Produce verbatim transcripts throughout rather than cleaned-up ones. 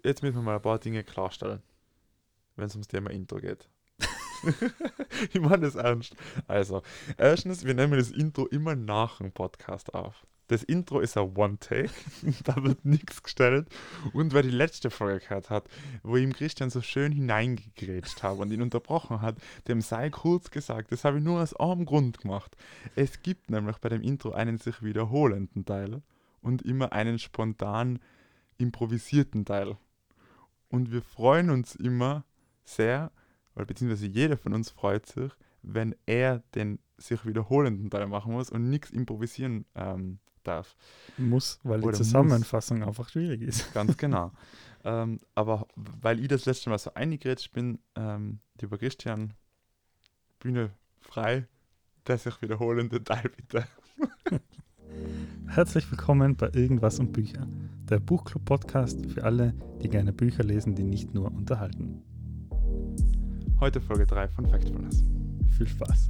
jetzt müssen wir mal ein paar Dinge klarstellen, wenn es ums Thema Intro geht. Ich meine das ernst. Also, erstens, wir nehmen das Intro immer nach dem Podcast auf. Das Intro ist ein One-Take, da wird nichts gestellt. Und wer die letzte Folge gehört hat, wo ihm Christian so schön hineingegrätscht hat und ihn unterbrochen hat, dem sei kurz gesagt, das habe ich nur aus einem Grund gemacht. Es gibt nämlich bei dem Intro einen sich wiederholenden Teil und immer einen spontan improvisierten Teil. Und wir freuen uns immer sehr, oder beziehungsweise jeder von uns freut sich, wenn er den sich wiederholenden Teil machen muss und nichts improvisieren ähm, darf. Muss, weil die Oder Zusammenfassung muss. Einfach schwierig ist. Ganz genau. ähm, aber weil ich das letzte Mal so eingegrätscht bin, ähm, lieber Christian, Bühne frei, der sich wiederholende Teil bitte. Herzlich willkommen bei Irgendwas und Bücher, der Buchclub-Podcast für alle, die gerne Bücher lesen, die nicht nur unterhalten. Heute Folge drei von Factfulness. Viel Spaß.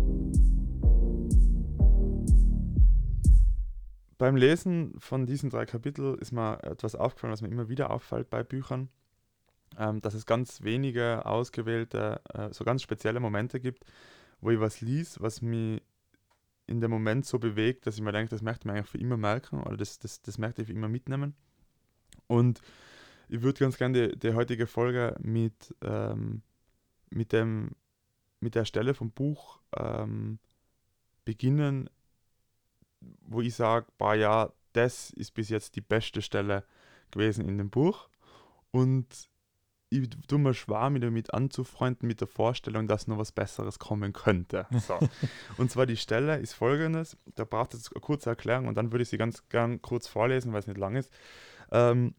Beim Lesen von diesen drei Kapiteln ist mir etwas aufgefallen, was mir immer wieder auffällt bei Büchern, ähm, dass es ganz wenige ausgewählte, äh, so ganz spezielle Momente gibt, wo ich was lese, was mich in dem Moment so bewegt, dass ich mir denke, das möchte ich mir eigentlich für immer merken oder das, das, das möchte ich für immer mitnehmen. Und ich würde ganz gerne die, die heutige Folge mit, ähm, mit, dem, mit der Stelle vom Buch ähm, beginnen, wo ich sage, bah ja, das ist bis jetzt die beste Stelle gewesen in dem Buch. Und ich tue mir schwer, mich damit anzufreunden, mit der Vorstellung, dass noch was Besseres kommen könnte. So. Und zwar die Stelle ist folgendes, da braucht es eine kurze Erklärung und dann würde ich sie ganz gern kurz vorlesen, weil es nicht lang ist. Ähm,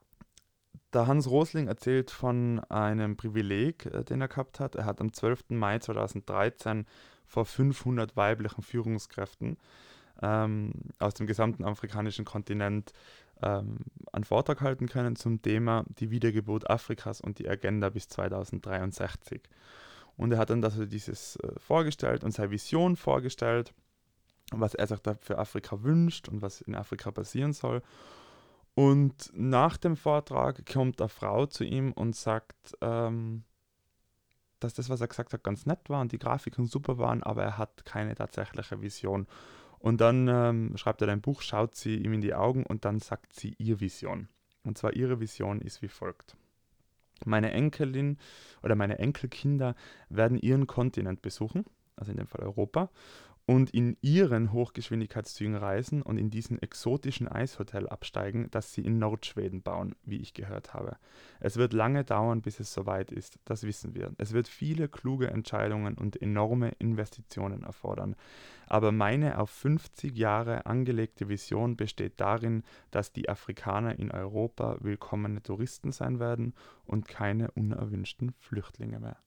der Hans Rosling erzählt von einem Privileg, äh, den er gehabt hat. Er hat am zwölften Mai zweitausenddreizehn vor fünfhundert weiblichen Führungskräften ähm, aus dem gesamten afrikanischen Kontinent ähm, einen Vortrag halten können zum Thema die Wiedergeburt Afrikas und die Agenda bis zweitausenddreiundsechzig. Und er hat dann also dieses äh, vorgestellt und seine Vision vorgestellt, was er sich da für Afrika wünscht und was in Afrika passieren soll. Und nach dem Vortrag kommt eine Frau zu ihm und sagt, ähm, dass das, was er gesagt hat, ganz nett war und die Grafiken super waren, aber er hat keine tatsächliche Vision. Und dann ähm, schreibt er ein Buch, schaut sie ihm in die Augen und dann sagt sie ihre Vision. Und zwar ihre Vision ist wie folgt. Meine Enkelin oder meine Enkelkinder werden ihren Kontinent besuchen, also in dem Fall Europa, und in ihren Hochgeschwindigkeitszügen reisen und in diesen exotischen Eishotel absteigen, das sie in Nordschweden bauen, wie ich gehört habe. Es wird lange dauern, bis es soweit ist, das wissen wir. Es wird viele kluge Entscheidungen und enorme Investitionen erfordern. Aber meine auf fünfzig Jahre angelegte Vision besteht darin, dass die Afrikaner in Europa willkommene Touristen sein werden und keine unerwünschten Flüchtlinge mehr.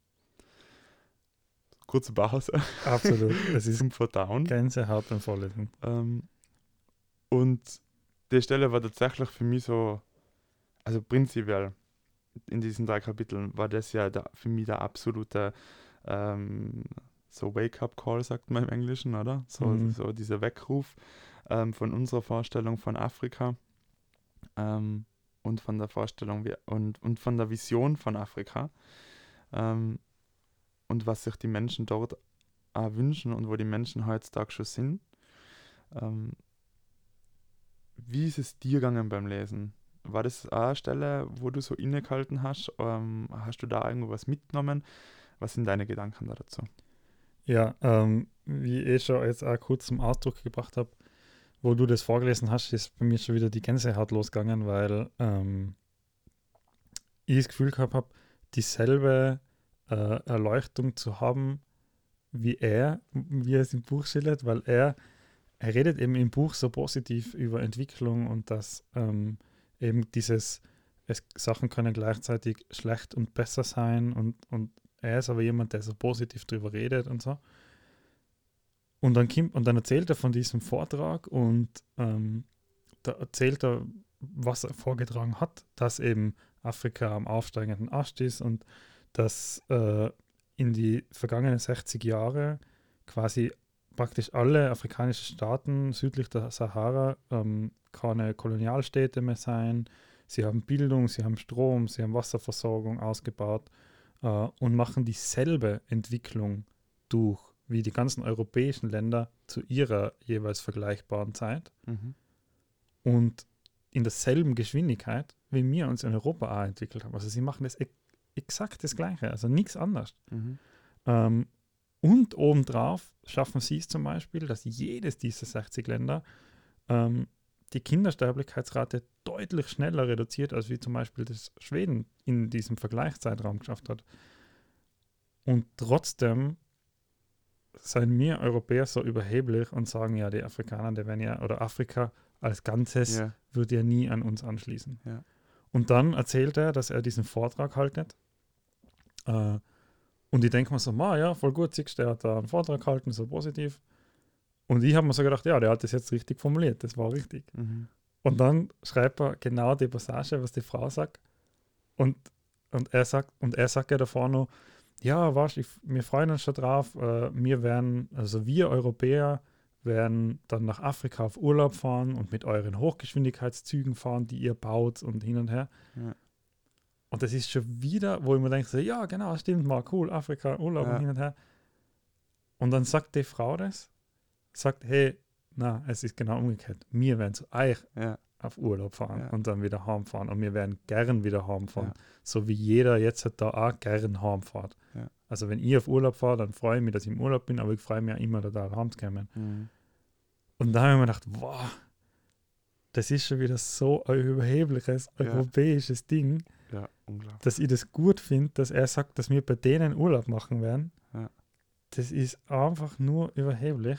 Kurze Pause. Absolut. Es ist zum Verdauen. Gänsehaut beim Vorlesen. Ähm, und die Stelle war tatsächlich für mich so, also prinzipiell in diesen drei Kapiteln war das ja der, für mich der absolute ähm, so Wake-up-Call, sagt man im Englischen, oder? So, Mhm. so dieser Weckruf ähm, von unserer Vorstellung von Afrika ähm, und von der Vorstellung wie, und, und von der Vision von Afrika. Ähm, und was sich die Menschen dort auch wünschen und wo die Menschen heutzutage schon sind. Ähm, wie ist es dir gegangen beim Lesen? War das auch eine Stelle, wo du so innegehalten hast? Ähm, hast du da irgendwo was mitgenommen? Was sind deine Gedanken da dazu? Ja, ähm, wie ich eh schon jetzt auch kurz zum Ausdruck gebracht habe, wo du das vorgelesen hast, ist bei mir schon wieder die Gänsehaut losgegangen, weil ähm, ich das Gefühl gehabt habe, dieselbe äh, Erleuchtung zu haben, wie er, wie er es im Buch schildert, weil er, er redet eben im Buch so positiv über Entwicklung und dass ähm, eben dieses, es, Sachen können gleichzeitig schlecht und besser sein und, und er ist aber jemand, der so positiv drüber redet und so. Und dann, kommt, und dann erzählt er von diesem Vortrag und ähm, da erzählt er, was er vorgetragen hat, dass eben Afrika am aufsteigenden Ast ist und dass äh, in die vergangenen sechzig Jahre quasi praktisch alle afrikanischen Staaten südlich der Sahara ähm, keine Kolonialstädte mehr sein, sie haben Bildung, sie haben Strom, sie haben Wasserversorgung ausgebaut äh, und machen dieselbe Entwicklung durch wie die ganzen europäischen Länder zu ihrer jeweils vergleichbaren Zeit Mhm. und in derselben Geschwindigkeit, wie wir uns in Europa auch entwickelt haben. Also sie machen das ex exakt das Gleiche, also nichts anderes. Mhm. Ähm, und obendrauf schaffen sie es zum Beispiel, dass jedes dieser sechzig Länder ähm, die Kindersterblichkeitsrate deutlich schneller reduziert, als wie zum Beispiel das Schweden in diesem Vergleichszeitraum geschafft hat. Und trotzdem seien wir Europäer so überheblich und sagen, ja, die Afrikaner, die werden ja, oder Afrika als Ganzes Ja. wird ja nie an uns anschließen. Ja. Und dann erzählt er, dass er diesen Vortrag haltet. Äh, und ich denke mir so, ma ja, voll gut, siehst du, der hat da einen Vortrag gehalten, so positiv. Und ich habe mir so gedacht, ja, der hat das jetzt richtig formuliert, das war richtig. Mhm. Und dann schreibt er genau die Passage, was die Frau sagt. Und, und er sagt, und er sagt ja davor noch, ja, weißt, ich, wir freuen uns schon drauf, äh, wir werden, also wir Europäer werden dann nach Afrika auf Urlaub fahren und mit euren Hochgeschwindigkeitszügen fahren, die ihr baut und hin und her. Ja. Und das ist schon wieder, wo ich mir denke, so, ja, genau, stimmt mal, cool, Afrika, Urlaub Ja. und hin und her. Und dann sagt die Frau das, sagt, hey, na, es ist genau umgekehrt. Wir werden zu euch Ja. auf Urlaub fahren Ja. und dann wieder heimfahren. Und wir werden gern wieder heimfahren. Ja. So wie jeder jetzt halt da auch gern heimfährt. Ja. Also wenn ich auf Urlaub fahre, dann freue ich mich, dass ich im Urlaub bin, aber ich freue mich auch immer, da heimzukommen. Mhm. Und da habe ich mir gedacht, wow, das ist schon wieder so ein überhebliches Ja. europäisches Ding, Ja, unglaublich. dass ich das gut finde, dass er sagt, dass wir bei denen Urlaub machen werden. Ja. Das ist einfach nur überheblich.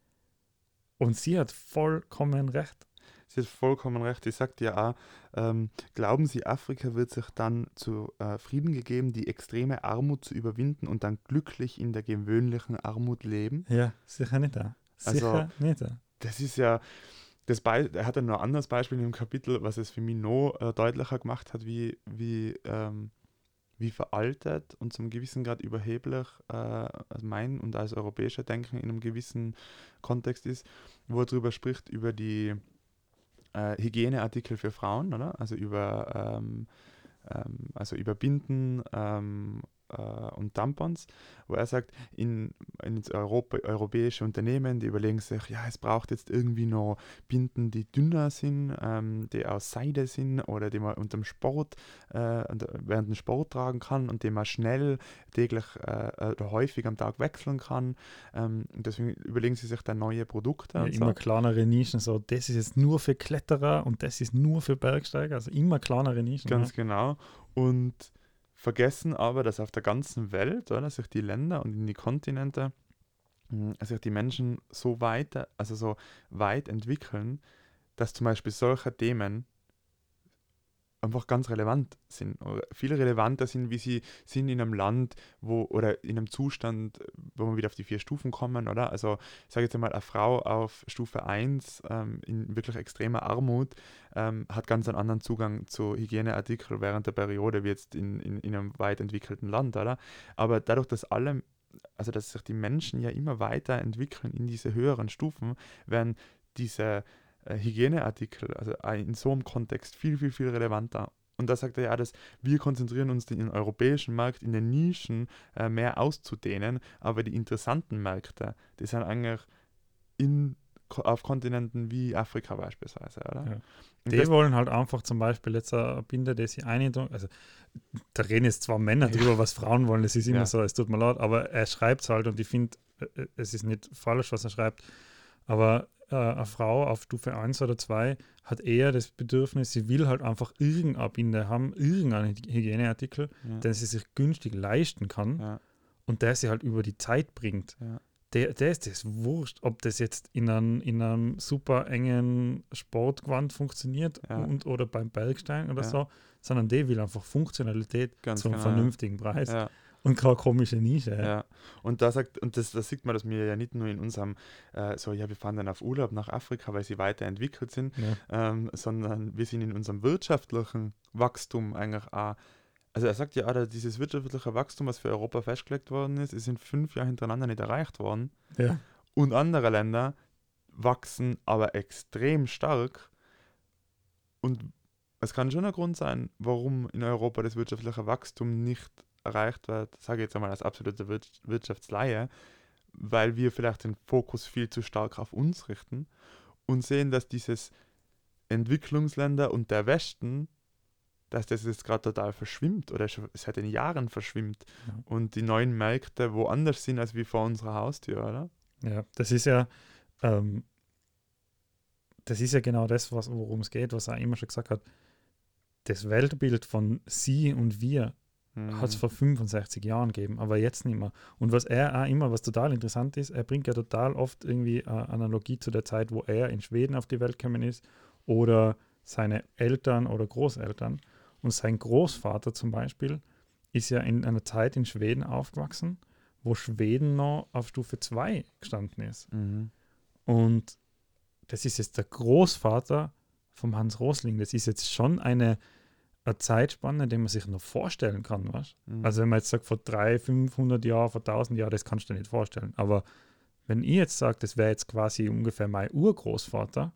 Und sie hat vollkommen recht. Sie hat vollkommen recht. Ich sagte ja auch, ähm, glauben Sie, Afrika wird sich dann zu äh, Frieden gegeben, die extreme Armut zu überwinden und dann glücklich in der gewöhnlichen Armut leben? Ja, sicher nicht da. Sicher Also, nicht da. Das ist ja, das Be er hat dann noch ein anderes Beispiel im Kapitel, was es für mich noch äh, deutlicher gemacht hat, wie, wie, ähm, wie veraltet und zum gewissen Grad überheblich äh, also mein und als europäischer Denken in einem gewissen Kontext ist, wo er darüber spricht, über die äh, Hygieneartikel für Frauen, oder? Also über, ähm, ähm, also über Binden ähm, äh, und Tampons, wo er sagt, in, in Europa, europäische Unternehmen, die überlegen sich, ja, es braucht jetzt irgendwie noch Binden, die dünner sind, ähm, die aus Seide sind oder die man unter dem Sport, äh, während dem Sport tragen kann und die man schnell, täglich äh, oder häufig am Tag wechseln kann. Ähm, und deswegen überlegen sie sich dann neue Produkte. Ja, und immer so. kleinere Nischen, so das ist jetzt nur für Kletterer und das ist nur für Bergsteiger, also immer kleinere Nischen. Ganz ja. genau. Und vergessen aber, dass auf der ganzen Welt, oder, sich die Länder und in die Kontinente, mh, sich die Menschen so weit, also so weit entwickeln, dass zum Beispiel solche Themen einfach ganz relevant sind, oder viel relevanter sind, wie sie sind in einem Land, wo oder in einem Zustand, wo wir wieder auf die vier Stufen kommen, oder? Also ich sage jetzt einmal, eine Frau auf Stufe eins ähm, in wirklich extremer Armut ähm, hat ganz einen anderen Zugang zu Hygieneartikeln während der Periode wie jetzt in, in, in einem weit entwickelten Land, oder? Aber dadurch, dass alle, also dass sich die Menschen ja immer weiter entwickeln in diese höheren Stufen, werden diese äh, Hygieneartikel, also in so einem Kontext viel, viel, viel relevanter. Und da sagt er ja, dass wir konzentrieren uns den europäischen Markt in den Nischen äh, mehr auszudehnen, aber die interessanten Märkte, die sind eigentlich in, auf Kontinenten wie Afrika beispielsweise, oder? Ja. Und Die das, wollen halt einfach zum Beispiel jetzt eine Binde, die sie eintun. Also da reden jetzt zwar Männer Ja. drüber, was Frauen wollen, das ist immer Ja. so, es tut mir leid, aber er schreibt es halt und ich finde, äh, es ist nicht falsch, was er schreibt, aber äh, eine Frau auf Stufe eins oder zwei hat eher das Bedürfnis, sie will halt einfach irgendeine Binde haben, irgendeinen Hygieneartikel, ja, den sie sich günstig leisten kann ja, und der sie halt über die Zeit bringt. ja, Der, der ist das wurscht, ob das jetzt in einem, in einem super engen Sportgewand funktioniert Ja. und oder beim Bergsteigen oder Ja. so, sondern der will einfach Funktionalität Ganz zu einem genau, ja. vernünftigen Preis ja. und keine komische Nische. Ja. Ja, und da sagt, und das, das sieht man, dass wir ja nicht nur in unserem, äh, so, ja, wir fahren dann auf Urlaub nach Afrika, weil sie weiterentwickelt sind, Ja. ähm, sondern wir sind in unserem wirtschaftlichen Wachstum eigentlich auch, also er sagt ja auch, dass dieses wirtschaftliche Wachstum, was für Europa festgelegt worden ist, ist in fünf Jahren hintereinander nicht erreicht worden. Ja. Und andere Länder wachsen aber extrem stark und es kann schon ein Grund sein, warum in Europa das wirtschaftliche Wachstum nicht erreicht wird, sage ich jetzt einmal als absolute Wir- Wirtschaftsleihe, weil wir vielleicht den Fokus viel zu stark auf uns richten und sehen, dass dieses Entwicklungsländer und der Westen, dass das jetzt gerade total verschwimmt oder schon seit den Jahren verschwimmt Ja. und die neuen Märkte woanders sind als wie vor unserer Haustür, oder? Ja, das ist ja, ähm, das ist ja genau das, was, worum es geht, was er immer schon gesagt hat. Das Weltbild von sie und wir hat es Mhm. vor fünfundsechzig Jahren gegeben, aber jetzt nicht mehr. Und was er auch immer, was total interessant ist, er bringt ja total oft irgendwie eine Analogie zu der Zeit, wo er in Schweden auf die Welt gekommen ist oder seine Eltern oder Großeltern. Und sein Großvater zum Beispiel ist ja in einer Zeit in Schweden aufgewachsen, wo Schweden noch auf Stufe zwei gestanden ist. Mhm. Und das ist jetzt der Großvater vom Hans Rosling. Das ist jetzt schon eine, eine Zeitspanne, die man sich noch vorstellen kann. Weißt? Mhm. Also wenn man jetzt sagt, vor dreihundert, fünfhundert Jahren, vor tausend Jahren, das kannst du dir nicht vorstellen. Aber wenn ich jetzt sage, das wäre jetzt quasi ungefähr mein Urgroßvater,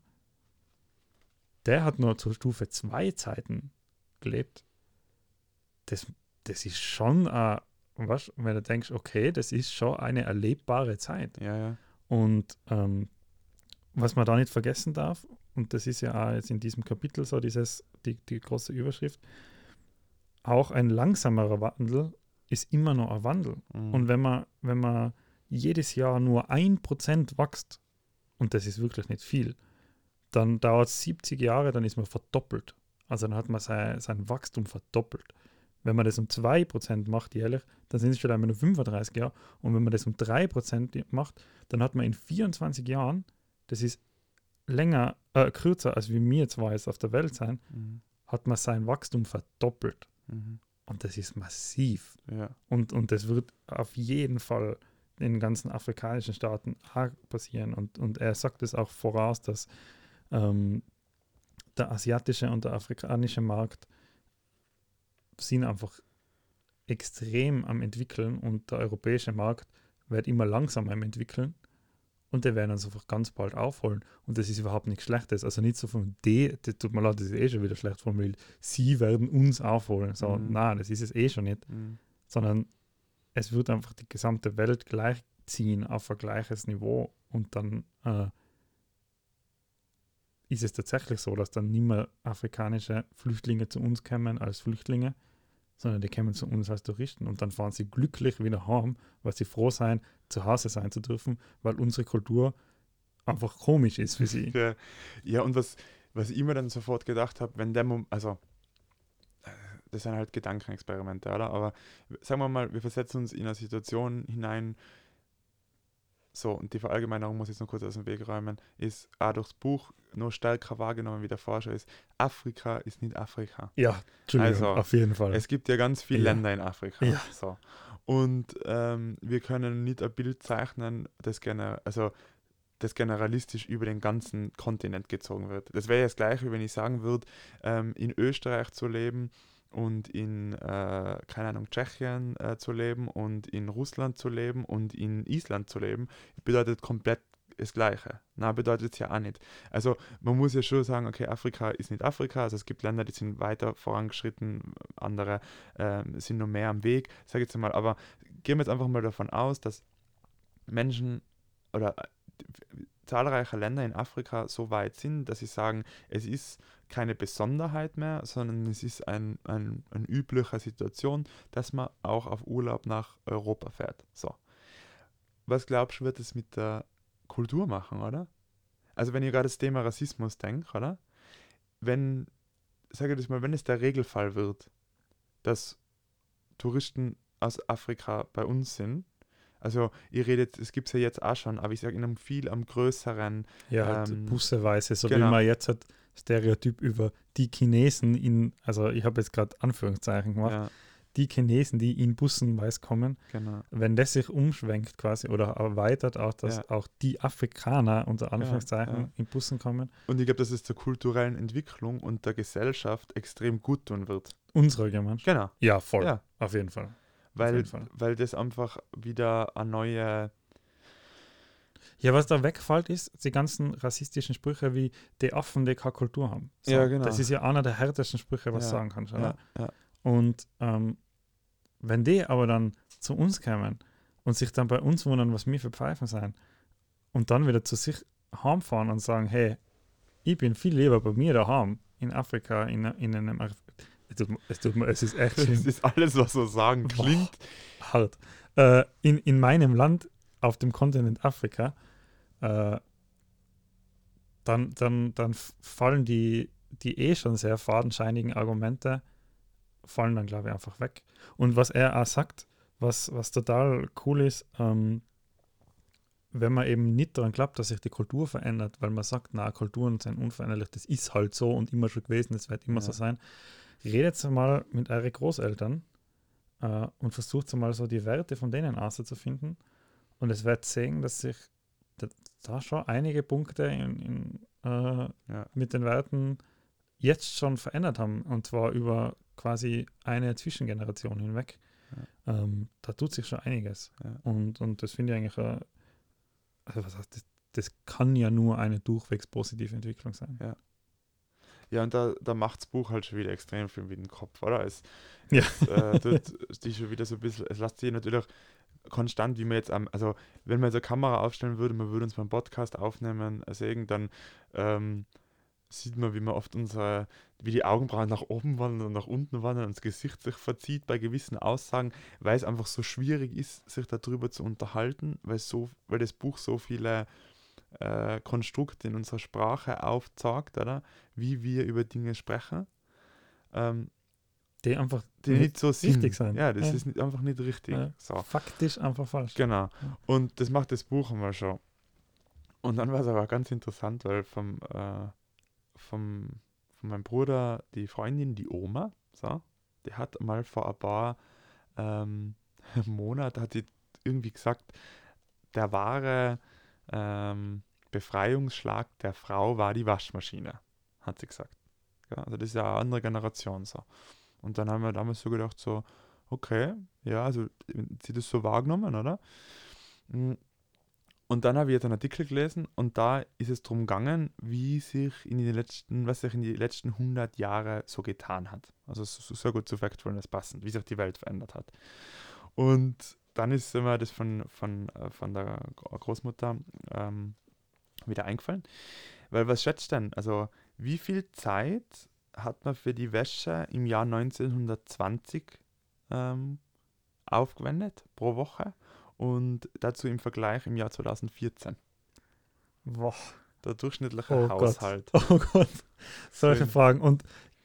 der hat nur zur Stufe zwei Zeiten gelebt. Das, das ist schon, äh, was, wenn du denkst, okay, das ist schon eine erlebbare Zeit. Ja, ja. Und ähm, was man da nicht vergessen darf, und das ist ja auch jetzt in diesem Kapitel so dieses, die, die große Überschrift, auch ein langsamerer Wandel ist immer noch ein Wandel. Mhm. Und wenn man, wenn man jedes Jahr nur ein Prozent wächst, und das ist wirklich nicht viel, dann dauert es siebzig Jahre, dann ist man verdoppelt. Also dann hat man sein, sein Wachstum verdoppelt. Wenn man das um zwei Prozent macht jährlich, dann sind es schon einmal nur fünfunddreißig Jahre. Und wenn man das um drei Prozent macht, dann hat man in vierundzwanzig Jahren, das ist länger, äh, kürzer als wie wir zwei jetzt auf der Welt sein, Mhm. hat man sein Wachstum verdoppelt. Mhm. Und das ist massiv. Ja. Und, und das wird auf jeden Fall in den ganzen afrikanischen Staaten auch passieren. Und, und er sagt es auch voraus, dass ähm, der asiatische und der afrikanische Markt sind einfach extrem am entwickeln und der europäische Markt wird immer langsamer am entwickeln und der werden uns einfach ganz bald aufholen. Und das ist überhaupt nichts Schlechtes. Also nicht so von die, das tut mir leid, das ist eh schon wieder schlecht formuliert, sie werden uns aufholen. So, Mhm. nein, das ist es eh schon nicht. Mhm. Sondern es wird einfach die gesamte Welt gleichziehen auf ein gleiches Niveau und dann äh, ist es tatsächlich so, dass dann nicht mehr afrikanische Flüchtlinge zu uns kommen als Flüchtlinge, sondern die kommen zu uns als Touristen und dann fahren sie glücklich wieder heim, weil sie froh sein, zu Hause sein zu dürfen, weil unsere Kultur einfach komisch ist für sie. Ja, ja, und was, was ich mir dann sofort gedacht habe, wenn der Moment, also äh, das sind halt Gedankenexperimente, oder? Aber sagen wir mal, wir versetzen uns in eine Situation hinein, so, und die Verallgemeinerung muss ich jetzt noch kurz aus dem Weg räumen, ist auch durchs Buch noch stärker wahrgenommen, wie der Forscher ist. Afrika ist nicht Afrika. Ja, Entschuldigung, Also, auf jeden Fall. Es gibt ja ganz viele Ja. Länder in Afrika. Ja. So. Und ähm, wir können nicht ein Bild zeichnen, das, gener also, das generalistisch über den ganzen Kontinent gezogen wird. Das wäre ja das Gleiche, wenn ich sagen würde, ähm, in Österreich zu leben und in, äh, keine Ahnung, Tschechien äh, zu leben und in Russland zu leben und in Island zu leben, bedeutet komplett das Gleiche. Na, bedeutet es ja auch nicht. Also man muss ja schon sagen, okay, Afrika ist nicht Afrika, also es gibt Länder, die sind weiter vorangeschritten, andere ähm, sind nur mehr am Weg, sage ich jetzt mal, aber gehen wir jetzt einfach mal davon aus, dass Menschen oder äh, zahlreiche Länder in Afrika so weit sind, dass sie sagen, es ist keine Besonderheit mehr, sondern es ist ein, ein, eine übliche Situation, dass man auch auf Urlaub nach Europa fährt. So. Was glaubst du, wird es mit der Kultur machen, oder? Also wenn ihr gerade das Thema Rassismus denkt, oder? Wenn, sage ich das mal, wenn es der Regelfall wird, dass Touristen aus Afrika bei uns sind, also ihr redet, es gibt es ja jetzt auch schon, aber ich sage in einem viel am größeren, Ja, halt ähm, busseweise, so genau. wie man jetzt hat Stereotyp über die Chinesen in, also ich habe jetzt gerade Anführungszeichen gemacht, ja, die Chinesen, die in Bussen weiß kommen, genau. wenn das sich umschwenkt quasi oder erweitert auch, dass Ja. auch die Afrikaner unter Anführungszeichen ja. in Bussen kommen, Und ich glaube, dass es der kulturellen Entwicklung und der Gesellschaft extrem gut tun wird. unsere Gemeinschaft. Genau. Ja, voll. Ja. Auf jeden Fall. Weil, jeden Fall. weil das einfach wieder eine neue, Ja, was da wegfällt, ist die ganzen rassistischen Sprüche wie die Affen, die keine Kultur haben. So, Ja, genau. Das ist ja einer der härtesten Sprüche, was Ja, du sagen kannst, oder? Ja, ja. Und ähm, wenn die aber dann zu uns kommen und sich dann bei uns wundern, was wir für Pfeifen sein und dann wieder zu sich heimfahren und sagen, hey, ich bin viel lieber bei mir daheim in Afrika, in, in einem Af- es, tut, mir- es, tut, mir- es ist echt Das schlimm. ist alles, was wir sagen, Boah. klingt. Hart. Äh, in, in meinem Land, auf dem Kontinent Afrika, äh, dann, dann, dann f- fallen die, die eh schon sehr fadenscheinigen Argumente, fallen dann, glaube ich, einfach weg. Und was er auch sagt, was, was total cool ist, ähm, wenn man eben nicht daran glaubt, dass sich die Kultur verändert, weil man sagt, na, Kulturen sind unveränderlich, das ist halt so und immer schon gewesen, das wird immer Ja. so sein. Redet mal mit euren Großeltern äh, und versucht mal so die Werte von denen auszufinden. Und es wird sehen, dass sich da, da schon einige Punkte in, in, äh, Ja. mit den Werten jetzt schon verändert haben. Und zwar über quasi eine Zwischengeneration hinweg. Ja. Ähm, da tut sich schon einiges. Ja. Und, und das finde ich eigentlich, äh, also was heißt das, das kann ja nur eine durchwegs positive Entwicklung sein. Ja. Ja, und da, da macht das Buch halt schon wieder extrem viel mit dem Kopf, oder? Es, Ja. es äh, tut die schon wieder so ein bisschen, es lässt sich natürlich konstant, wie man jetzt am, also wenn man jetzt eine Kamera aufstellen würde, man würde uns beim Podcast aufnehmen, sehen, dann ähm, sieht man, wie man oft unsere, wie die Augenbrauen nach oben wandern und nach unten wandern und das Gesicht sich verzieht bei gewissen Aussagen, weil es einfach so schwierig ist, sich darüber zu unterhalten, weil, so, weil das Buch so viele äh, Konstrukte in unserer Sprache aufzeigt, oder? Wie wir über Dinge sprechen, ähm, Die einfach die nicht, so sind. richtig sind. Ja, das Ja. ist nicht, einfach nicht richtig. Ja. So. Faktisch einfach falsch. Genau. Ja. Und das macht das Buch immer schon. Und dann war es aber ganz interessant, weil vom, äh, vom, von meinem Bruder, die Freundin, die Oma, so, die hat mal vor ein paar ähm, Monaten, hat sie irgendwie gesagt, der wahre ähm, Befreiungsschlag der Frau war die Waschmaschine, hat sie gesagt. Ja, also das ist ja eine andere Generation so. Und dann haben wir damals so gedacht, so, okay, ja, also sie das so wahrgenommen, oder? Und dann habe ich jetzt einen Artikel gelesen und da ist es darum gegangen, wie sich in den letzten, was sich in den letzten hundert Jahren so getan hat. Also so, so gut zu Factfulness passend, wie sich die Welt verändert hat. Und dann ist mir das von, von, äh, von der Großmutter ähm, wieder eingefallen. Weil was schätzt denn? Also wie viel Zeit hat man für die Wäsche im Jahr neunzehnhundertzwanzig ähm, aufgewendet pro Woche? Und dazu im Vergleich im Jahr zweitausendvierzehn. Boah. Der durchschnittliche Oh Haushalt. Gott. Oh Gott. Solche Schön. Fragen. Und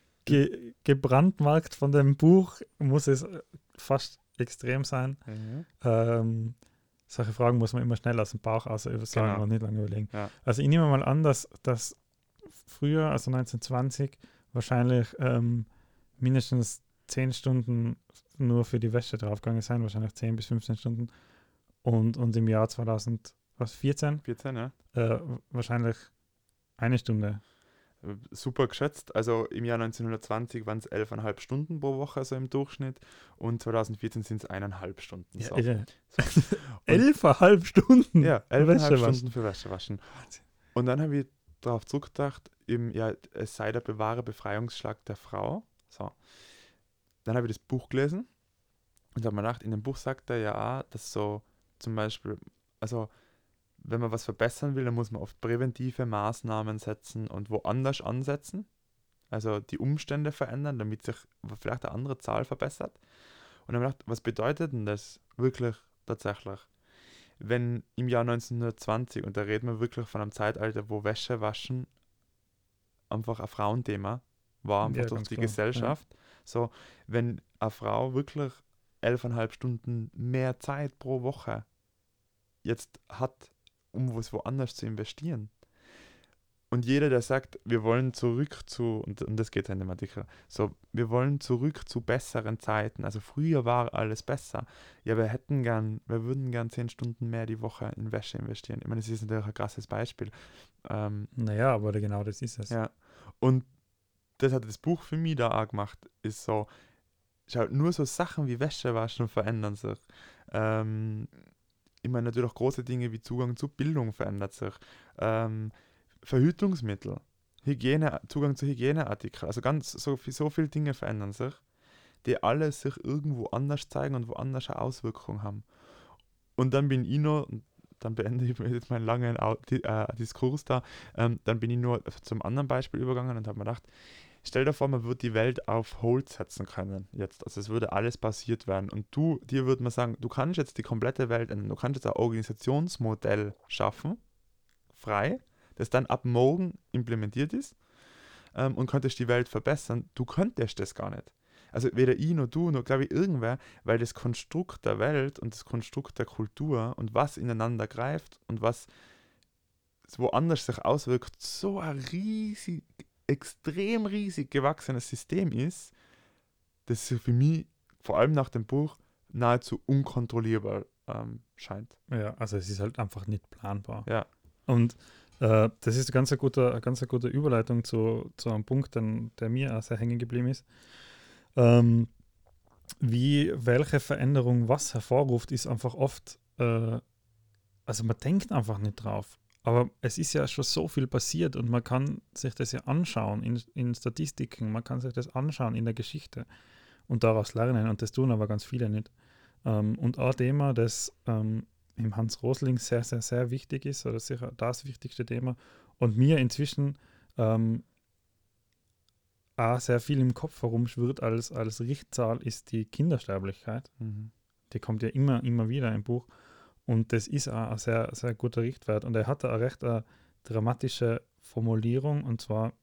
ge gebrandmarkt von dem Buch muss es fast extrem sein. Mhm. Ähm, solche Fragen muss man immer schnell aus dem Bauch aus sagen Genau. und nicht lange überlegen. Ja. Also ich nehme mal an, dass, dass früher, also neunzehnhundertzwanzig, wahrscheinlich ähm, mindestens zehn Stunden nur für die Wäsche draufgegangen sein, wahrscheinlich zehn bis fünfzehn Stunden. Und, und im Jahr zweitausendvierzehn vierzehn, ja. äh, wahrscheinlich eine Stunde. Super geschätzt. Also im Jahr neunzehnhundertzwanzig waren es elf Komma fünf Stunden pro Woche, so im Durchschnitt. Und zweitausendvierzehn sind es eineinhalb Stunden. Ja, So. irre. So. Elf Komma fünf Stunden. Ja, elf Komma fünf Wäsche waschen. Stunden für Wäsche waschen. Und dann habe ich darauf zurückgedacht, eben, ja, es sei der bewahre Befreiungsschlag der Frau. So. Dann habe ich das Buch gelesen und habe mir gedacht, in dem Buch sagt er ja auch, dass so zum Beispiel, also wenn man was verbessern will, dann muss man oft präventive Maßnahmen setzen und woanders ansetzen. Also die Umstände verändern, damit sich vielleicht eine andere Zahl verbessert. Und dann habe ich gedacht, was bedeutet denn das wirklich tatsächlich? Wenn im Jahr neunzehnhundertzwanzig, und da reden wir wirklich von einem Zeitalter, wo Wäsche waschen einfach ein Frauenthema war, einfach Ja, durch ganz die klar, Gesellschaft. So, wenn eine Frau wirklich elf Komma fünf Stunden mehr Zeit pro Woche jetzt hat, um was woanders zu investieren. Und jeder, der sagt, wir wollen zurück zu, und, und das geht in dem Artikel, so, wir wollen zurück zu besseren Zeiten, also früher war alles besser, ja, wir hätten gern, wir würden gern zehn Stunden mehr die Woche in Wäsche investieren. Ich meine, das ist natürlich ein krasses Beispiel. Ähm, Naja, aber genau das ist es. ja, und das hat das Buch für mich da auch gemacht, ist so, schau, nur so Sachen wie Wäsche waschen verändern sich. Ähm, immer natürlich auch große Dinge wie Zugang zu Bildung verändert sich, ähm, Verhütungsmittel, Hygiene, Zugang zu Hygieneartikeln, also ganz so, viel- so viele Dinge verändern sich, die alle sich irgendwo anders zeigen und woanders eine Auswirkung haben. Und dann bin ich nur, und dann beende ich jetzt meinen langen Au- di- äh, Diskurs da, ähm, dann bin ich nur zum anderen Beispiel übergegangen und habe mir gedacht, stell dir vor, man würde die Welt auf Hold setzen können jetzt. Also es würde alles passiert werden. Und du, dir würde man sagen, du kannst jetzt die komplette Welt ändern. Du kannst jetzt ein Organisationsmodell schaffen, frei, das dann ab morgen implementiert ist, ähm, und könntest die Welt verbessern. Du könntest das gar nicht. Also weder ich noch du, noch glaube ich irgendwer, weil das Konstrukt der Welt und das Konstrukt der Kultur und was ineinander greift und was woanders sich auswirkt, so ein riesig, extrem riesig gewachsenes System ist, das sich für mich, vor allem nach dem Buch, nahezu unkontrollierbar ähm, scheint. Ja, also es ist halt einfach nicht planbar. Ja. Und äh, das ist eine ganz eine gute, eine ganz eine gute Überleitung zu, zu einem Punkt, den, der mir auch sehr hängen geblieben ist. Ähm, wie welche Veränderung was hervorruft, ist einfach oft, äh, also man denkt einfach nicht drauf. Aber es ist ja schon so viel passiert und man kann sich das ja anschauen in, in Statistiken, man kann sich das anschauen in der Geschichte und daraus lernen. Und das tun aber ganz viele nicht. Ähm, und ein Thema, das ähm, im Hans Rosling sehr, sehr, sehr wichtig ist, oder sicher das wichtigste Thema, und mir inzwischen ähm, auch sehr viel im Kopf herumschwirrt als, als Richtzahl, ist die Kindersterblichkeit. Mhm. Die kommt ja immer, immer wieder im Buch. Und das ist auch ein sehr, sehr guter Richtwert. Und er hatte eine recht eine dramatische Formulierung, und zwar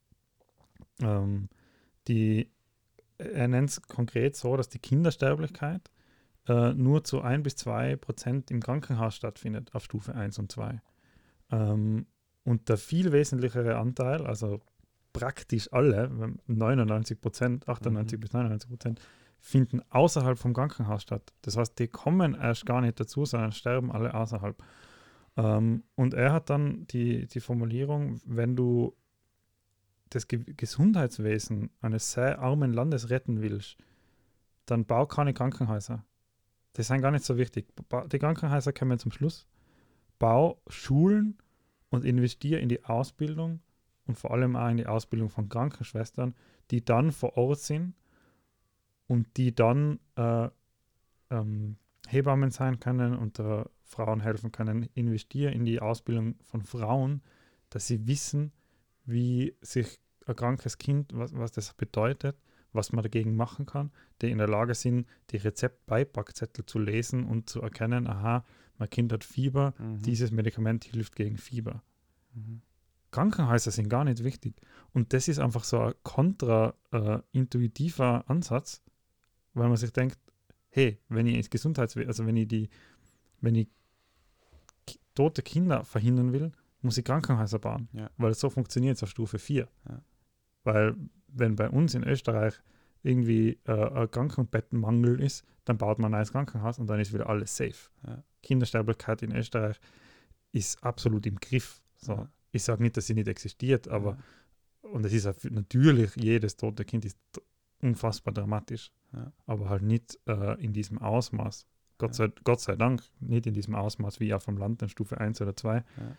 ähm, die, er nennt es konkret so, dass die Kindersterblichkeit äh, nur zu ein bis zwei Prozent im Krankenhaus stattfindet, auf Stufe eins und zwei. Ähm, und der viel wesentlichere Anteil, also praktisch alle, neunundneunzig Prozent, achtundneunzig Mhm. bis neunundneunzig Prozent, finden außerhalb vom Krankenhaus statt. Das heißt, die kommen erst gar nicht dazu, sondern sterben alle außerhalb. Ähm, und er hat dann die, die Formulierung, wenn du das Ge Gesundheitswesen eines sehr armen Landes retten willst, dann bau keine Krankenhäuser. Die sind gar nicht so wichtig. Ba die Krankenhäuser kommen zum Schluss. Bau Schulen und investiere in die Ausbildung und vor allem auch in die Ausbildung von Krankenschwestern, die dann vor Ort sind und die dann äh, ähm, Hebammen sein können und äh, Frauen helfen können. Investiere in die Ausbildung von Frauen, dass sie wissen, wie sich ein krankes Kind, was, was das bedeutet, was man dagegen machen kann, die in der Lage sind, die Rezeptbeipackzettel zu lesen und zu erkennen, aha, mein Kind hat Fieber, Mhm. dieses Medikament hilft gegen Fieber. Mhm. Krankenhäuser sind gar nicht wichtig. Und das ist einfach so ein kontraintuitiver äh, Ansatz, weil man sich denkt, hey, wenn ich ins Gesundheitswesen, also wenn ich die, wenn ich k- tote Kinder verhindern will, muss ich Krankenhäuser bauen. Ja. Weil so funktioniert es auf Stufe vier. Ja. Weil wenn bei uns in Österreich irgendwie äh, ein Krankenbettenmangel ist, dann baut man ein neues Krankenhaus und dann ist wieder alles safe. Ja. Kindersterblichkeit in Österreich ist absolut im Griff. So. Ja. Ich sage nicht, dass sie nicht existiert, aber Ja. und es ist auch für- natürlich, jedes tote Kind ist t- unfassbar dramatisch, Ja. aber halt nicht äh, in diesem Ausmaß. Gott, Ja. sei, Gott sei Dank nicht in diesem Ausmaß wie auf dem Land in Stufe eins oder zwei. Ja.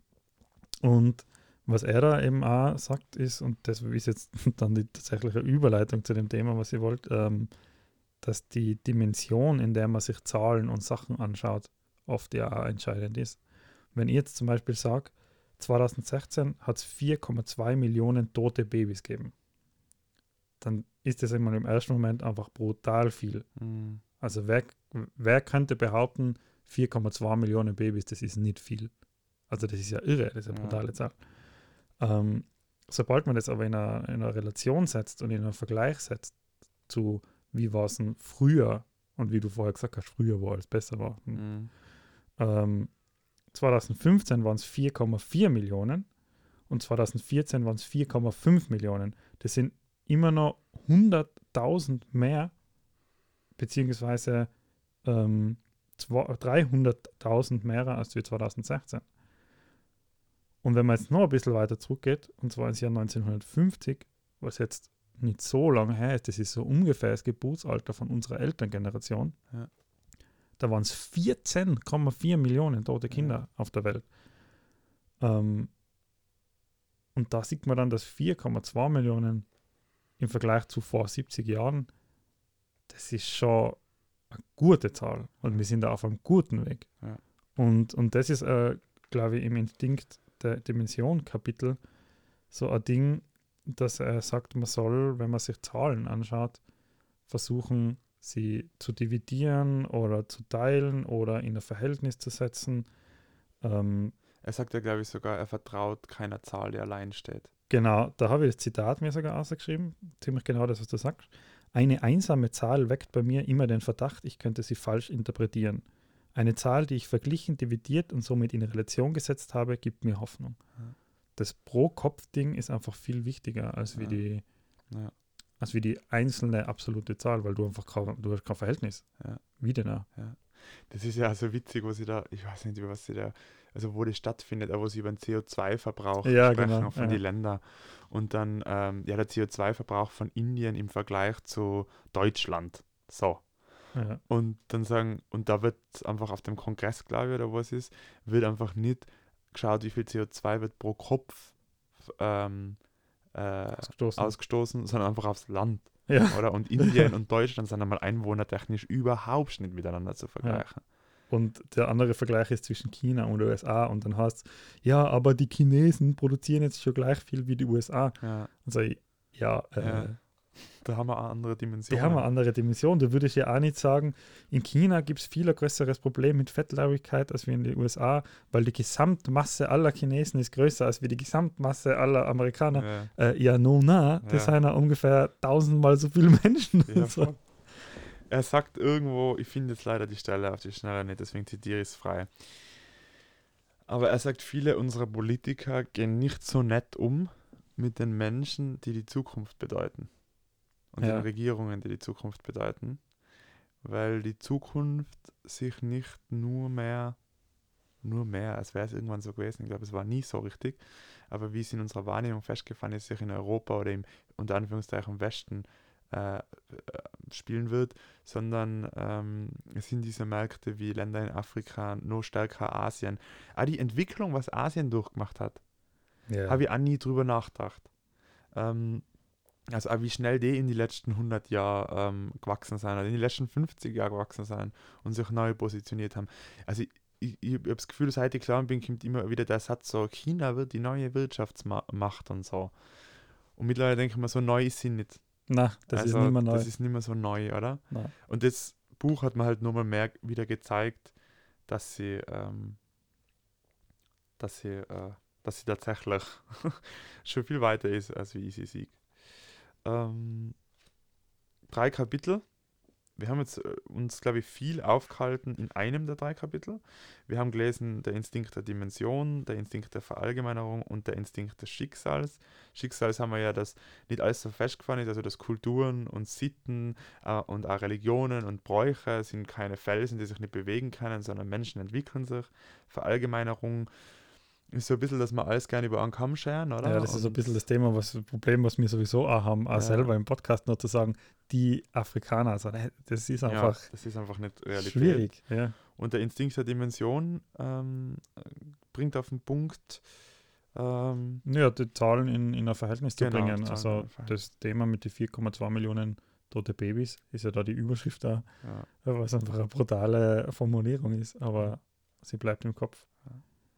Und was er da eben auch sagt ist, und das ist jetzt dann die tatsächliche Überleitung zu dem Thema, was ihr wollt, ähm, dass die Dimension, in der man sich Zahlen und Sachen anschaut, oft ja auch entscheidend ist. Wenn ich jetzt zum Beispiel sage, zwanzig sechzehn hat es vier Komma zwei Millionen tote Babys gegeben, dann ist das immer im ersten Moment einfach brutal viel. Mhm. Also wer, wer könnte behaupten, vier Komma zwei Millionen Babys, das ist nicht viel. Also das ist ja irre, das ist eine Ja. brutale Zahl. Ähm, sobald man das aber in einer, in einer Relation setzt und in einen Vergleich setzt zu, wie war es denn früher und wie du vorher gesagt hast, früher, wo alles besser war. Mhm. Ähm, zwanzig fünfzehn waren es vier Komma vier Millionen und zwanzig vierzehn waren es vier Komma fünf Millionen. Das sind immer noch hunderttausend mehr, beziehungsweise ähm, dreihunderttausend mehr als wie zwanzig sechzehn. Und wenn man jetzt noch ein bisschen weiter zurückgeht, und zwar ins Jahr neunzehnhundertfünfzig, was jetzt nicht so lange her ist, das ist so ungefähr das Geburtsalter von unserer Elterngeneration, Ja. da waren es vierzehn Komma vier Millionen tote Kinder Ja. auf der Welt. Ähm, und da sieht man dann, dass vier Komma zwei Millionen im Vergleich zu vor siebzig Jahren, das ist schon eine gute Zahl. Und wir sind da auf einem guten Weg. Ja. Und, und das ist, äh, glaube ich, im Instinkt der Dimension-Kapitel so ein Ding, dass er sagt, man soll, wenn man sich Zahlen anschaut, versuchen, sie zu dividieren oder zu teilen oder in ein Verhältnis zu setzen. Ähm, Er sagt ja, glaube ich, sogar, er vertraut keiner Zahl, die allein steht. genau, da habe ich das Zitat mir sogar ausgeschrieben, ziemlich genau das, was du sagst. Eine einsame Zahl weckt bei mir immer den Verdacht, ich könnte sie falsch interpretieren. Eine Zahl, die ich verglichen, dividiert und somit in Relation gesetzt habe, gibt mir Hoffnung. Ja. Das Pro-Kopf-Ding ist einfach viel wichtiger als wie, Ja. die, Ja. als wie die einzelne absolute Zahl, weil du einfach kein, du hast kein Verhältnis. Ja. Wie denn auch? Das ist ja so witzig, wo sie da, ich weiß nicht, über was sie da, also wo das stattfindet, aber wo sie über den C O zwei Verbrauch Ja, sprechen genau, von ja. den Ländern. Und dann, ähm, ja, der C O zwei Verbrauch von Indien im Vergleich zu Deutschland. So. Ja. Und dann sagen, und da wird einfach auf dem Kongress, glaube ich, oder was ist, wird einfach nicht geschaut, wie viel C O zwei wird pro Kopf ähm, äh, Ausgestoßen. ausgestoßen, sondern einfach aufs Land. Ja. Oder? Und Indien und Deutschland sind einmal einwohnertechnisch überhaupt nicht miteinander zu vergleichen. Und der andere Vergleich ist zwischen China und U S A und dann heißt es, ja, aber die Chinesen produzieren jetzt schon gleich viel wie die U S A. Ja, Und sage ich, ja, äh, Ja. da haben wir eine andere Dimension. die haben eine andere Dimension. Da würde ich ja auch nicht sagen, in China gibt es viel ein größeres Problem mit Fettleibigkeit als wie in den U S A, weil die Gesamtmasse aller Chinesen ist größer als wie die Gesamtmasse aller Amerikaner. Ja, Äh, ja, no, na, das Ja. sind ja ungefähr tausendmal so viele Menschen. ja, so. voll. Er sagt irgendwo, ich finde jetzt leider die Stelle auf die Schnelle nicht, deswegen zitiere ich es frei. Aber er sagt, viele unserer Politiker gehen nicht so nett um mit den Menschen, die die Zukunft bedeuten. Und Ja. den Regierungen, die die Zukunft bedeuten. Weil die Zukunft sich nicht nur mehr, nur mehr, als wäre es irgendwann so gewesen, ich glaube, es war nie so richtig, aber wie es in unserer Wahrnehmung festgefahren ist, sich in Europa oder im, unter Anführungszeichen, im Westen äh, äh, spielen wird, sondern ähm, es sind diese Märkte wie Länder in Afrika, noch stärker Asien. Auch die Entwicklung, was Asien durchgemacht hat, Ja. habe ich auch nie drüber nachgedacht. Ähm, also auch wie schnell die in die letzten hundert Jahre ähm, gewachsen sind oder in die letzten fünfzig Jahre gewachsen sind und sich neu positioniert haben. Also ich, ich, ich habe das Gefühl, seit ich klein bin, kommt immer wieder der Satz so, China wird die neue Wirtschaftsmacht und so. Und mittlerweile denke ich mir, so neu ist sie nicht. Na, das also, ist nicht mehr neu. Das ist nicht mehr so neu, oder? Nein. Und das Buch hat mir halt nochmal mehr wieder gezeigt, dass sie, ähm, dass sie, äh, dass sie tatsächlich schon viel weiter ist, als wie ich sie sehe. Ähm, drei Kapitel. Wir haben jetzt äh, uns, glaube ich, viel aufgehalten in einem der drei Kapitel. Wir haben gelesen, der Instinkt der Dimension, der Instinkt der Verallgemeinerung und der Instinkt des Schicksals. Schicksals haben wir ja, dass nicht alles so festgefahren ist, also dass Kulturen und Sitten äh, und auch Religionen und Bräuche sind keine Felsen, die sich nicht bewegen können, sondern Menschen entwickeln sich. Verallgemeinerung ist so ein bisschen, dass wir alles gerne über einen Kamm scheren, oder? Ja, das ist so ein Und- bisschen das Thema, was das Problem, was wir sowieso auch haben, auch Ja. selber im Podcast noch zu sagen, die Afrikaner, also ne, das ist Ja, einfach das ist einfach nicht Realität. schwierig. Ja. Und der Instinkt der Dimension ähm, äh, bringt auf den Punkt, ähm, ja, die Zahlen in, in ein Verhältnis zu Genau, bringen. Zahlen in Also ein Verhältnis. das Thema mit den vier Komma zwei Millionen tote Babys ist ja da die Überschrift da, ja, was einfach eine brutale Formulierung ist, aber sie bleibt im Kopf. Ja.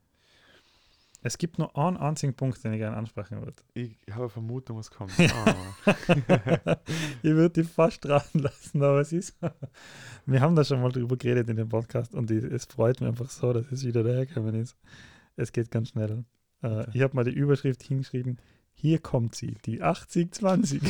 Es gibt nur einen einzigen Punkt, den ich gerne ansprechen würde. ich habe eine Vermutung, was kommt. Ja. Ah. Ich würde die fast raten lassen, aber es ist. Wir haben da schon mal drüber geredet in dem Podcast und ich, es freut mich einfach so, dass es wieder dahergekommen ist. Es geht ganz schnell. Äh, Okay. ich habe mal die Überschrift hingeschrieben: Hier kommt sie, die achtzig zwanzig.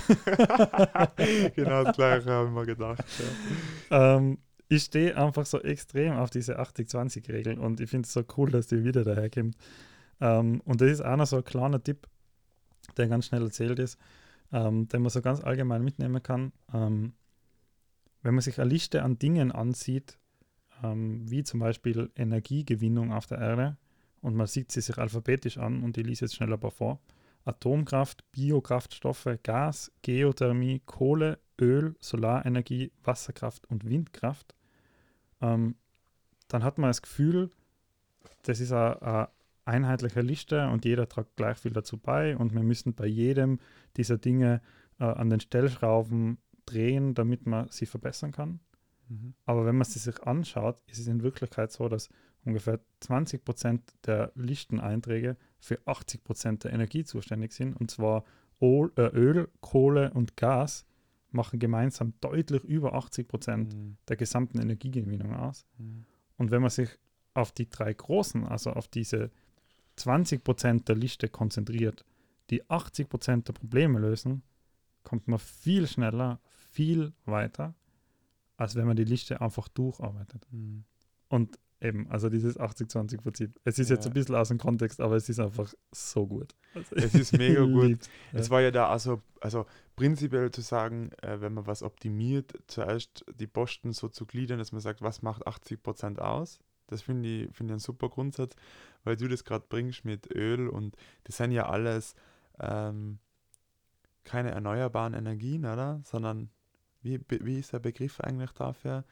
Genau das Gleiche habe ich mir gedacht. Ja. ähm, ich stehe einfach so extrem auf diese achtzig zwanzig Regel und ich finde es so cool, dass die wieder daherkommt. Ähm, und das ist auch noch so ein kleiner Tipp, der ganz schnell erzählt ist, ähm, den man so ganz allgemein mitnehmen kann. Ähm, wenn man sich eine Liste an Dingen ansieht, ähm, wie zum Beispiel Energiegewinnung auf der Erde, und man sieht sie sich alphabetisch an, und ich lese jetzt schnell ein paar vor: Atomkraft, Biokraftstoffe, Gas, Geothermie, Kohle, Öl, Solarenergie, Wasserkraft und Windkraft. ähm, dann hat man das Gefühl, das ist eine, eine einheitliche Liste und jeder trägt gleich viel dazu bei und wir müssen bei jedem dieser Dinge äh, an den Stellschrauben drehen, damit man sie verbessern kann. Mhm. Aber wenn man sie sich anschaut, ist es in Wirklichkeit so, dass ungefähr zwanzig Prozent der Listeneinträge für achtzig Prozent der Energie zuständig sind. Und zwar Öl, äh, Öl, Kohle und Gas machen gemeinsam deutlich über achtzig Prozent Mhm. der gesamten Energiegewinnung aus. Mhm. Und wenn man sich auf die drei großen, also auf diese zwanzig Prozent der Liste konzentriert, die achtzig Prozent der Probleme lösen, kommt man viel schneller, viel weiter, als wenn man die Liste einfach durcharbeitet. Mhm. Und eben, also dieses achtzig zwanzig Prinzip. Es ist Ja. jetzt ein bisschen aus dem Kontext, aber es ist einfach so gut. Also Es ist mega ich gut. lieb's. Es Ja. war ja da also, also prinzipiell zu sagen, äh, wenn man was optimiert, zuerst die Posten so zu gliedern, dass man sagt, was macht achtzig Prozent aus? Das finde ich, find ich einen super Grundsatz, weil du das gerade bringst mit Öl und das sind ja alles ähm, keine erneuerbaren Energien, oder? Sondern wie, be- wie ist der Begriff eigentlich dafür?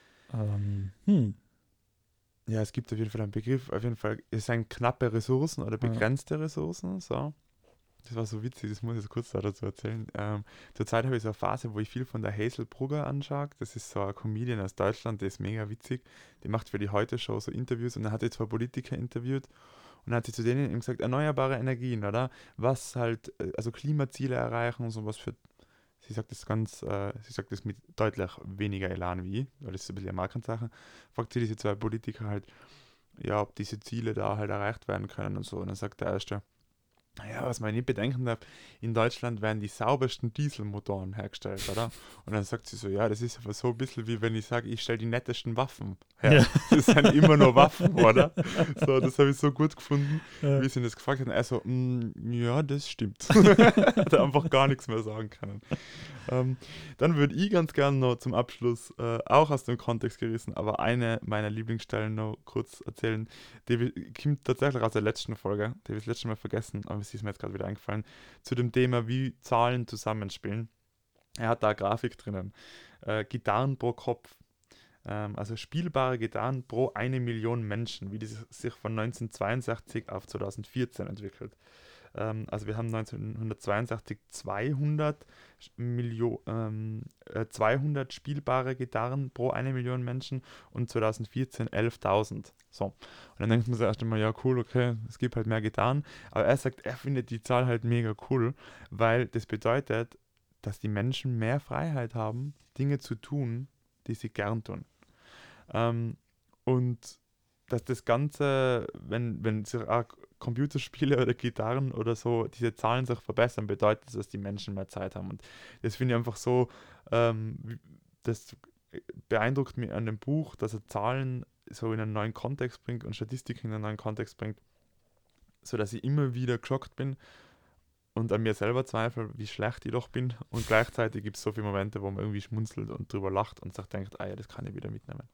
Ähm, hm. Ja, es gibt auf jeden Fall einen Begriff, auf jeden Fall, es sind knappe Ressourcen oder begrenzte Ressourcen, so. Das war so witzig, das muss ich jetzt kurz dazu erzählen. Ähm, zurzeit habe ich so eine Phase, wo ich viel von der Hazel Brugger anschaue. Das ist so eine Comedian aus Deutschland, die ist mega witzig. Die macht für die Heute-Show so Interviews und dann hat sie zwei Politiker interviewt und dann hat sie zu denen eben gesagt, erneuerbare Energien, oder? Was halt, äh, also Klimaziele erreichen und sowas für. Sie sagt das ganz, äh, sie sagt das mit deutlich weniger Elan wie ich, weil das ist ein bisschen eine Markensache. Fragt sie diese zwei Politiker halt, ja, ob diese Ziele da halt erreicht werden können und so. Und dann sagt der erste, ja, was man nicht bedenken darf, in Deutschland werden die saubersten Dieselmotoren hergestellt, oder? Und dann sagt sie so, ja, das ist aber so ein bisschen wie wenn ich sage, ich stelle die nettesten Waffen her. Ja. Das sind immer nur Waffen, oder? So, das habe ich so gut gefunden, Ja. wie sie das gefragt hat. Und er so, "Mm, ja, das stimmt. Hat er einfach gar nichts mehr sagen können. Ähm, dann würde ich ganz gerne noch zum Abschluss, äh, auch aus dem Kontext gerissen, aber eine meiner Lieblingsstellen noch kurz erzählen. Die wi- kommt tatsächlich aus der letzten Folge, die habe ich das letzte Mal vergessen, aber sie ist mir jetzt gerade wieder eingefallen, zu dem Thema, wie Zahlen zusammenspielen. Er hat da eine Grafik drinnen. Äh, Gitarren pro Kopf. Ähm, also spielbare Gitarren pro eine Million Menschen, wie das sich von neunzehnhundertzweiundsechzig auf zweitausendvierzehn entwickelt. Ähm, also wir haben neunzehnhundertzweiundsechzig zweihundert, Millio ähm, äh, zweihundert spielbare Gitarren pro eine Million Menschen und zweitausendvierzehn elftausend. So. Und dann denkt man sich erst einmal, ja cool, okay, es gibt halt mehr Gitarren. Aber er sagt, er findet die Zahl halt mega cool, weil das bedeutet, dass die Menschen mehr Freiheit haben, Dinge zu tun, die sie gern tun. Ähm, und dass das Ganze, wenn, wenn sich auch Computerspiele oder Gitarren oder so, diese Zahlen sich verbessern, bedeutet das, dass die Menschen mehr Zeit haben. Und das finde ich einfach so, ähm, wie- das beeindruckt mich an dem Buch, dass er Zahlen so in einen neuen Kontext bringt und Statistiken in einen neuen Kontext bringt, sodass ich immer wieder geschockt bin und an mir selber zweifle, wie schlecht ich doch bin. Und gleichzeitig gibt es so viele Momente, wo man irgendwie schmunzelt und drüber lacht und sich denkt, ah ja, das kann ich wieder mitnehmen.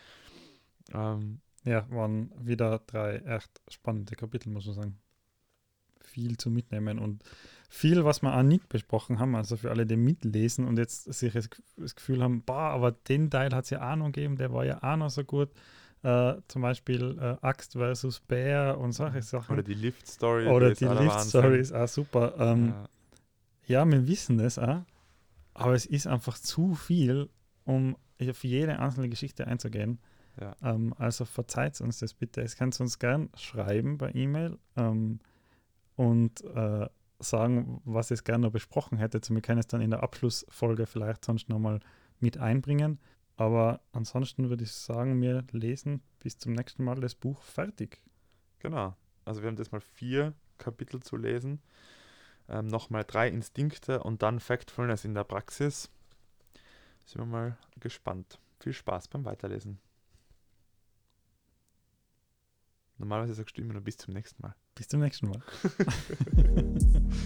Ähm, Ja, waren wieder drei echt spannende Kapitel, muss man sagen. Viel zu mitnehmen und viel, was wir auch nicht besprochen haben, also für alle, die mitlesen und jetzt sich das das Gefühl haben, boah, aber den Teil hat es ja auch noch gegeben, der war ja auch noch so gut. Äh, zum Beispiel äh, Axt versus Bär und solche Sachen. Oder die Lift-Story. Oder ist die auch der Lift-Story Wahnsinn. ist auch super. Ähm, Ja, Ja, wir wissen das auch, aber es ist einfach zu viel, um auf jede einzelne Geschichte einzugehen. ja. Ähm, also verzeiht uns das bitte. Es kannst uns gern schreiben bei E-Mail ähm, und äh, sagen, was ihr gerne noch besprochen hättet. Wir können es dann in der Abschlussfolge vielleicht sonst nochmal mit einbringen. Aber ansonsten würde ich sagen, wir lesen bis zum nächsten Mal das Buch fertig. Genau. Also wir haben das mal vier Kapitel zu lesen. Ähm, Nochmal drei Instinkte und dann Factfulness in der Praxis. Sind wir mal gespannt. Viel Spaß beim Weiterlesen. Normalerweise sagst du immer nur bis zum nächsten Mal. Bis zum nächsten Mal.